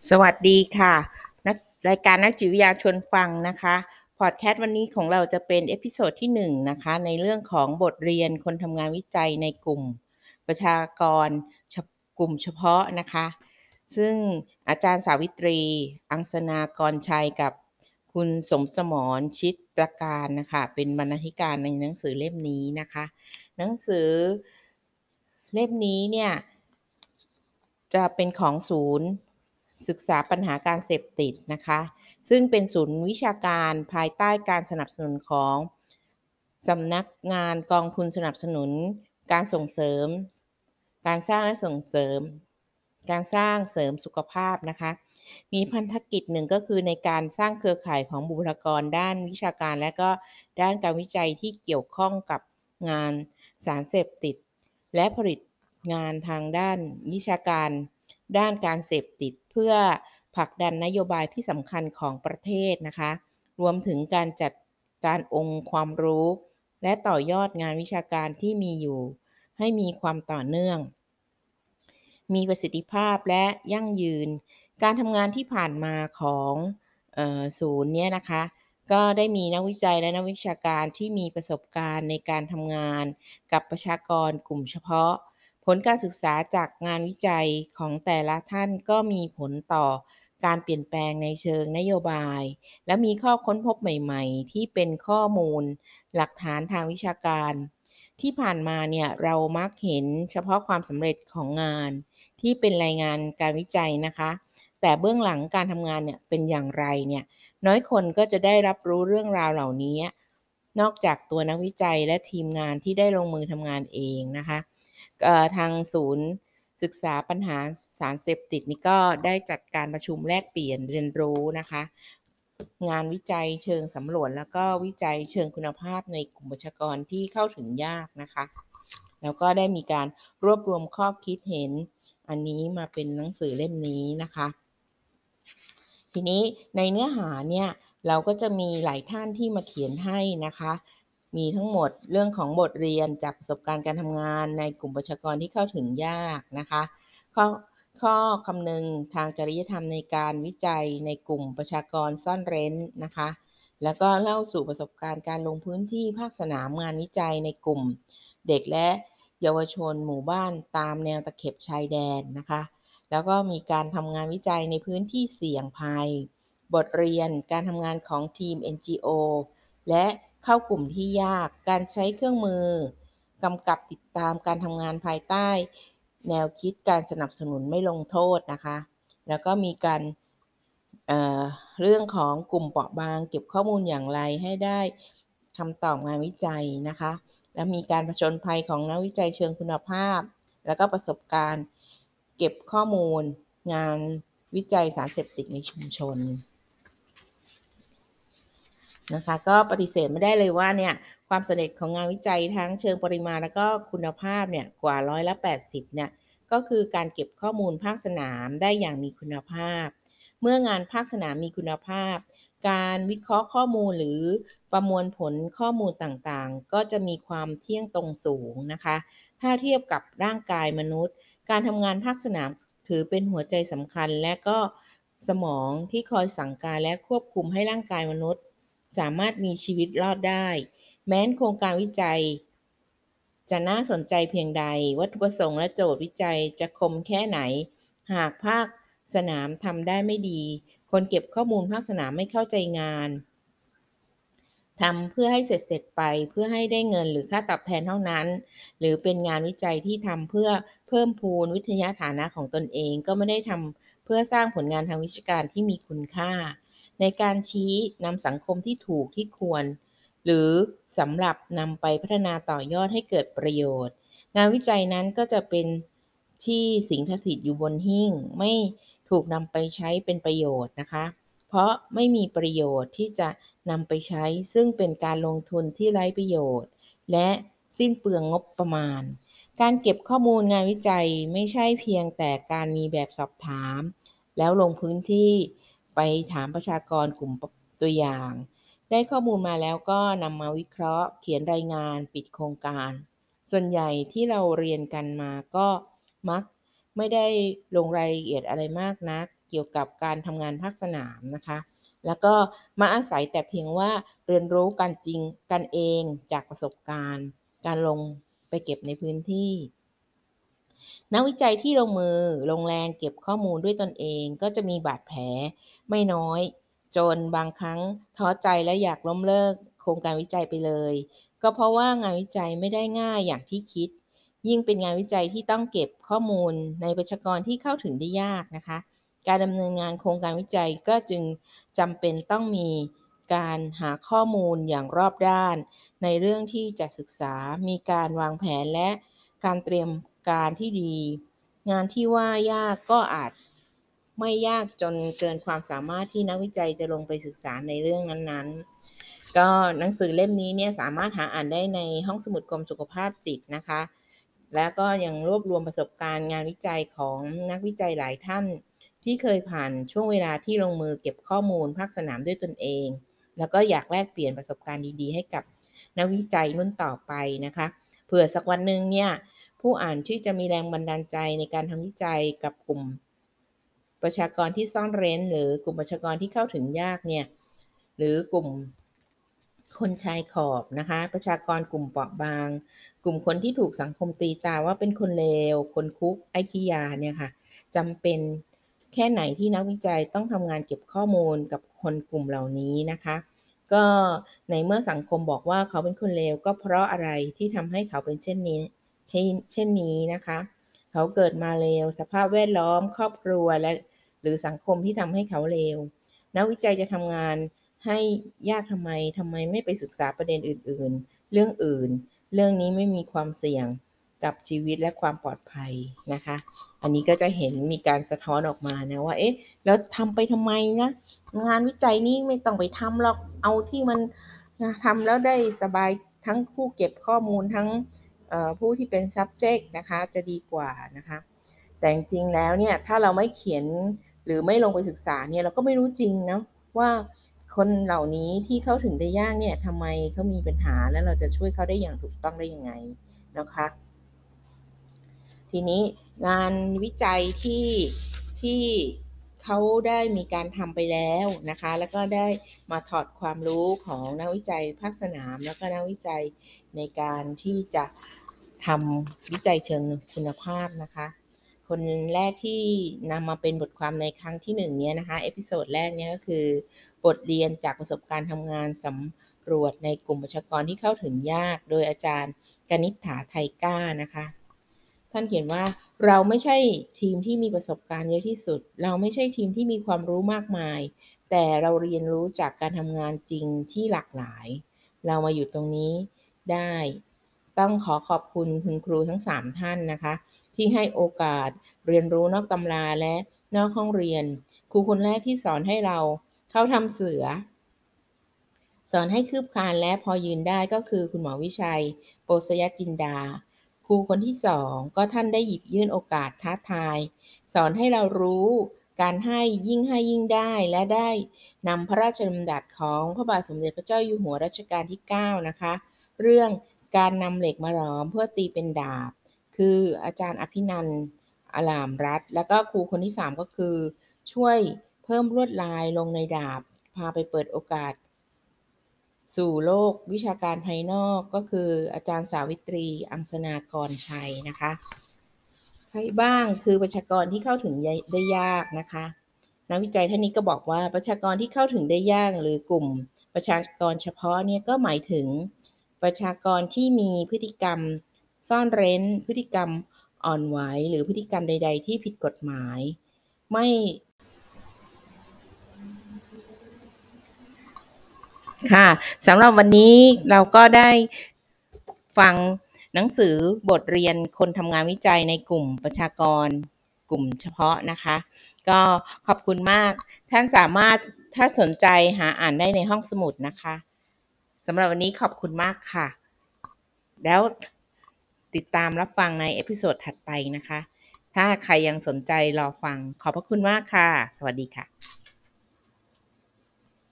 สวัสดีค่ะนักรายการนักจิตวิทยาชวนฟังนะคะพอดแคสต์วันนี้ของเราจะเป็นเอพิโซดที่1นะคะในเรื่องของบทเรียนคนทำงานวิจัยในกลุ่มประชากรกลุ่มเฉพาะนะคะซึ่งอาจารย์สาวิตรีอังสนากรชัยกับคุณสมสมรชิตตการนะคะเป็นบรรณาธิการในหนังสือเล่มนี้นะคะหนังสือเล่มนี้เนี่ยจะเป็นของศูนย์ศึกษาปัญหาการเสพติดนะคะซึ่งเป็นศูนย์วิชาการภายใต้การสนับสนุนของสำนักงานกองทุนสนับสนุนการส่งเสริมการสร้างและส่งเสริมการสร้างเสริมสุขภาพนะคะมีพันธกิจหนึ่งก็คือในการสร้างเครือข่ายของบุคลากรด้านวิชาการและก็ด้านการวิจัยที่เกี่ยวข้องกับงานสารเสพติดและผลิตงานทางด้านวิชาการด้านการเสพติดเพื่อผลักดันนโยบายที่สำคัญของประเทศนะคะรวมถึงการจัดการองค์ความรู้และต่อยอดงานวิชาการที่มีอยู่ให้มีความต่อเนื่องมีประสิทธิภาพและยั่งยืนการทำงานที่ผ่านมาของศูนย์เนี่ยนะคะก็ได้มีนักวิจัยและนักวิชาการที่มีประสบการณ์ในการทำงานกับประชากรกลุ่มเฉพาะผลการศึกษาจากงานวิจัยของแต่ละท่านก็มีผลต่อการเปลี่ยนแปลงในเชิงนโยบายและมีข้อค้นพบใหม่ๆที่เป็นข้อมูลหลักฐานทางวิชาการที่ผ่านมาเนี่ยเรามักเห็นเฉพาะความสำเร็จของงานที่เป็นรายงานการวิจัยนะคะแต่เบื้องหลังการทำงานเนี่ยเป็นอย่างไรเนี่ยน้อยคนก็จะได้รับรู้เรื่องราวเหล่านี้นอกจากตัวนักวิจัยและทีมงานที่ได้ลงมือทำงานเองนะคะทางศูนย์ศึกษาปัญหาสารเสพติดนี่ก็ได้จัดการประชุมแลกเปลี่ยนเรียนรู้นะคะงานวิจัยเชิงสำรวจแล้วก็วิจัยเชิงคุณภาพในกลุ่มประชากรที่เข้าถึงยากนะคะแล้วก็ได้มีการรวบรวมข้อคิดเห็นอันนี้มาเป็นหนังสือเล่มนี้นะคะทีนี้ในเนื้อหาเนี่ยเราก็จะมีหลายท่านที่มาเขียนให้นะคะมีทั้งหมดเรื่องของบทเรียนจากประสบการณ์การทำงานในกลุ่มประชากรที่เข้าถึงยากนะคะข้อข้อคำนึงทางจริยธรรมในการวิจัยในกลุ่มประชากรซ่อนเร้นนะคะแล้วก็เล่าสู่ประสบการณ์การลงพื้นที่ภาคสนามงานวิจัยในกลุ่มเด็กและเยาวชนหมู่บ้านตามแนวตะเข็บชายแดนนะคะแล้วก็มีการทำงานวิจัยในพื้นที่เสี่ยงภัยบทเรียนการทำงานของทีม NGO และเข้ากลุ่มที่ยากการใช้เครื่องมือกำกับติดตามการทำงานภายใต้แนวคิดการสนับสนุนไม่ลงโทษนะคะแล้วก็มีการเอ่อเรื่องของกลุ่มเปราะบางเก็บข้อมูลอย่างไรให้ได้คำตอบงานวิจัยนะคะและมีการผจญภัยของนักวิจัยเชิงคุณภาพแล้วก็ประสบการณ์เก็บข้อมูลงานวิจัยสารเสพติดในชุมชนนะคะก็ปฏิเสธไม่ได้เลยว่าเนี่ยความสำเร็จของงานวิจัยทั้งเชิงปริมาณแล้วก็คุณภาพเนี่ยกว่า80%เนี่ยก็คือการเก็บข้อมูลภาคสนามได้อย่างมีคุณภาพเมื่องานภาคสนามมีคุณภาพการวิเคราะห์ข้อมูลหรือประมวลผลข้อมูลต่างๆก็จะมีความเที่ยงตรงสูงนะคะถ้าเทียบกับร่างกายมนุษย์การทำงานภาคสนามถือเป็นหัวใจสำคัญและก็สมองที่คอยสั่งการและควบคุมให้ร่างกายมนุษย์สามารถมีชีวิตรอดได้แม้นโครงการวิจัยจะน่าสนใจเพียงใดวัตถุประสงค์และโจทย์วิจัยจะคมแค่ไหนหากภาคสนามทำได้ไม่ดีคนเก็บข้อมูลภาคสนามไม่เข้าใจงานทำเพื่อให้เสร็จไปเพื่อให้ได้เงินหรือค่าตอบแทนเท่านั้นหรือเป็นงานวิจัยที่ทำเพื่อเพิ่มพูนวิทยาฐานะของตนเองก็ไม่ได้ทำเพื่อสร้างผลงานทางวิชาการที่มีคุณค่าในการชี้นำสังคมที่ถูกที่ควรหรือสำหรับนำไปพัฒนาต่อยอดให้เกิดประโยชน์งานวิจัยนั้นก็จะเป็นที่สิงสถิตอยู่บนหิ้งไม่ถูกนำไปใช้เป็นประโยชน์นะคะเพราะไม่มีประโยชน์ที่จะนำไปใช้ซึ่งเป็นการลงทุนที่ไร้ประโยชน์และสิ้นเปลืองงบประมาณการเก็บข้อมูลงานวิจัยไม่ใช่เพียงแต่การมีแบบสอบถามแล้วลงพื้นที่ไปถามประชากรกลุ่มตัวอย่างได้ข้อมูลมาแล้วก็นำมาวิเคราะห์เขียนรายงานปิดโครงการส่วนใหญ่ที่เราเรียนกันมาก็มักไม่ได้ลงรายละเอียดอะไรมากนักเกี่ยวกับการทำงานภาคสนามนะคะแล้วก็มาอาศัยแต่เพียงว่าเรียนรู้กันจริงกันเองจากประสบการณ์การลงไปเก็บในพื้นที่นักวิจัยที่ลงมือลงแรงเก็บข้อมูลด้วยตนเองก็จะมีบาดแผลไม่น้อยจนบางครั้งท้อใจและอยากล้มเลิกโครงการวิจัยไปเลยก็เพราะว่างานวิจัยไม่ได้ง่ายอย่างที่คิดยิ่งเป็นงานวิจัยที่ต้องเก็บข้อมูลในประชากรที่เข้าถึงได้ยากนะคะการดำเนินงานโครงการวิจัยก็จึงจำเป็นต้องมีการหาข้อมูลอย่างรอบด้านในเรื่องที่จะศึกษามีการวางแผนและการเตรียมการที่ดีงานที่ว่ายากก็อาจไม่ยากจนเกินความสามารถที่นักวิจัยจะลงไปศึกษาในเรื่องนั้นๆก็หนังสือเล่มนี้เนี่ยสามารถหาอ่านได้ในห้องสมุดกรมสุขภาพจิตนะคะแล้วก็ยังรวบรวมประสบการณ์งานวิจัยของนักวิจัยหลายท่านที่เคยผ่านช่วงเวลาที่ลงมือเก็บข้อมูลภาคสนามด้วยตนเองแล้วก็อยากแลกเปลี่ยนประสบการณ์ดีๆให้กับนักวิจัยรุ่นต่อไปนะคะเผื่อสักวันหนึ่งเนี่ยผู้อ่านที่จะมีแรงบันดาลใจในการทำวิจัยกับกลุ่มประชากรที่ซ่อนเร้นหรือกลุ่มประชากรที่เข้าถึงยากเนี่ยหรือกลุ่มคนชายขอบนะคะประชากรกลุ่มเปราะบางกลุ่มคนที่ถูกสังคมตีตาว่าเป็นคนเลวคนคุกไอ้ขี้ยาเนี่ยค่ะจำเป็นแค่ไหนที่นักวิจัยต้องทำงานเก็บข้อมูลกับคนกลุ่มเหล่านี้นะคะก็ในเมื่อสังคมบอกว่าเขาเป็นคนเลวก็เพราะอะไรที่ทำให้เขาเป็นเช่นนี้นะคะเขาเกิดมาเลวสภาพแวดล้อมครอบครัวและหรือสังคมที่ทำให้เขาเลวนักวิจัยจะทำงานให้ยากทำไมไม่ไปศึกษาประเด็นอื่นๆเรื่องอื่นเรื่องนี้ไม่มีความเสี่ยงกับชีวิตและความปลอดภัยนะคะอันนี้ก็จะเห็นมีการสะท้อนออกมานะว่าเอ๊ะแล้วทำไปทำไมนะงานวิจัยนี้ไม่ต้องไปทำหรอกเอาที่มันทำแล้วได้สบายทั้งผู้เก็บข้อมูลทั้งผู้ที่เป็น subject นะคะจะดีกว่านะคะแต่จริงๆแล้วเนี่ยถ้าเราไม่เขียนหรือไม่ลงไปศึกษาเนี่ยเราก็ไม่รู้จริงเนาะว่าคนเหล่านี้ที่เข้าถึงได้ยากเนี่ยทำไมเขามีปัญหาแล้วเราจะช่วยเขาได้อย่างถูกต้องได้ยังไงนะคะทีนี้งานวิจัยที่เขาได้มีการทำไปแล้วนะคะแล้วก็ได้มาถอดความรู้ของนักวิจัยภาคสนามแล้วก็นักวิจัยในการที่จะทำวิจัยเชิงคุณภาพนะคะคนแรกที่นำมาเป็นบทความในครั้งที่1เนี่ยนะคะเอพิโซดแรกเนี่ยก็คือบทเรียนจากประสบการณ์ทำงานสำรวจในกลุ่มประชากรที่เข้าถึงยากโดยอาจารย์กนิษฐาไทยกล้านะคะท่านเขียนว่าเราไม่ใช่ทีมที่มีประสบการณ์เยอะที่สุดเราไม่ใช่ทีมที่มีความรู้มากมายแต่เราเรียนรู้จากการทำงานจริงที่หลากหลายเรามาอยู่ตรงนี้ได้ต้องขอขอบคุณคุณครูทั้ง3ท่านนะคะที่ให้โอกาสเรียนรู้นอกตำราและนอกห้องเรียนครูคนแรกที่สอนให้เราเข้าทำเสือสอนให้คืบคลานและพอยืนได้ก็คือคุณหมอวิชัยโปสยจินดาครูคนที่2ก็ท่านได้หยิบยื่นโอกาสท้าทายสอนให้เรารู้การให้ยิ่งได้และได้นำพระราชดำรัสของพระบาทสมเด็จพระเจ้าอยู่หัวรัชกาลที่9นะคะเรื่องการนำเหล็กมาหลอมเพื่อตีเป็นดาบคืออาจารย์อภินันท์อลามรัตน์แล้วก็ครูคนที่3ก็คือช่วยเพิ่มลวดลายลงในดาบพาไปเปิดโอกาสสู่โลกวิชาการภายนอกก็คืออาจารย์สาวิตรีอังสนากรชัยนะคะใครบ้างคือประชากรที่เข้าถึงได้ยากนะคะนักวิจัยท่านนี้ก็บอกว่าประชากรที่เข้าถึงได้ยากหรือกลุ่มประชากรเฉพาะเนี่ยก็หมายถึงประชากรที่มีพฤติกรรมซ่อนเร้นพฤติกรรมอ่อนไหวหรือพฤติกรรมใดๆที่ผิดกฎหมายไม่ค่ะสำหรับวันนี้เราก็ได้ฟังหนังสือบทเรียนคนทำงานวิจัยในกลุ่มประชากรกลุ่มเฉพาะนะคะก็ขอบคุณมากท่านสามารถถ้าสนใจหาอ่านได้ในห้องสมุดนะคะสำหรับวันนี้ขอบคุณมากค่ะแล้วติดตามรับฟังในเอพิโซดถัดไปนะคะถ้าใครยังสนใจรอฟังขอบพระคุณมากค่ะสวัสดีค่ะ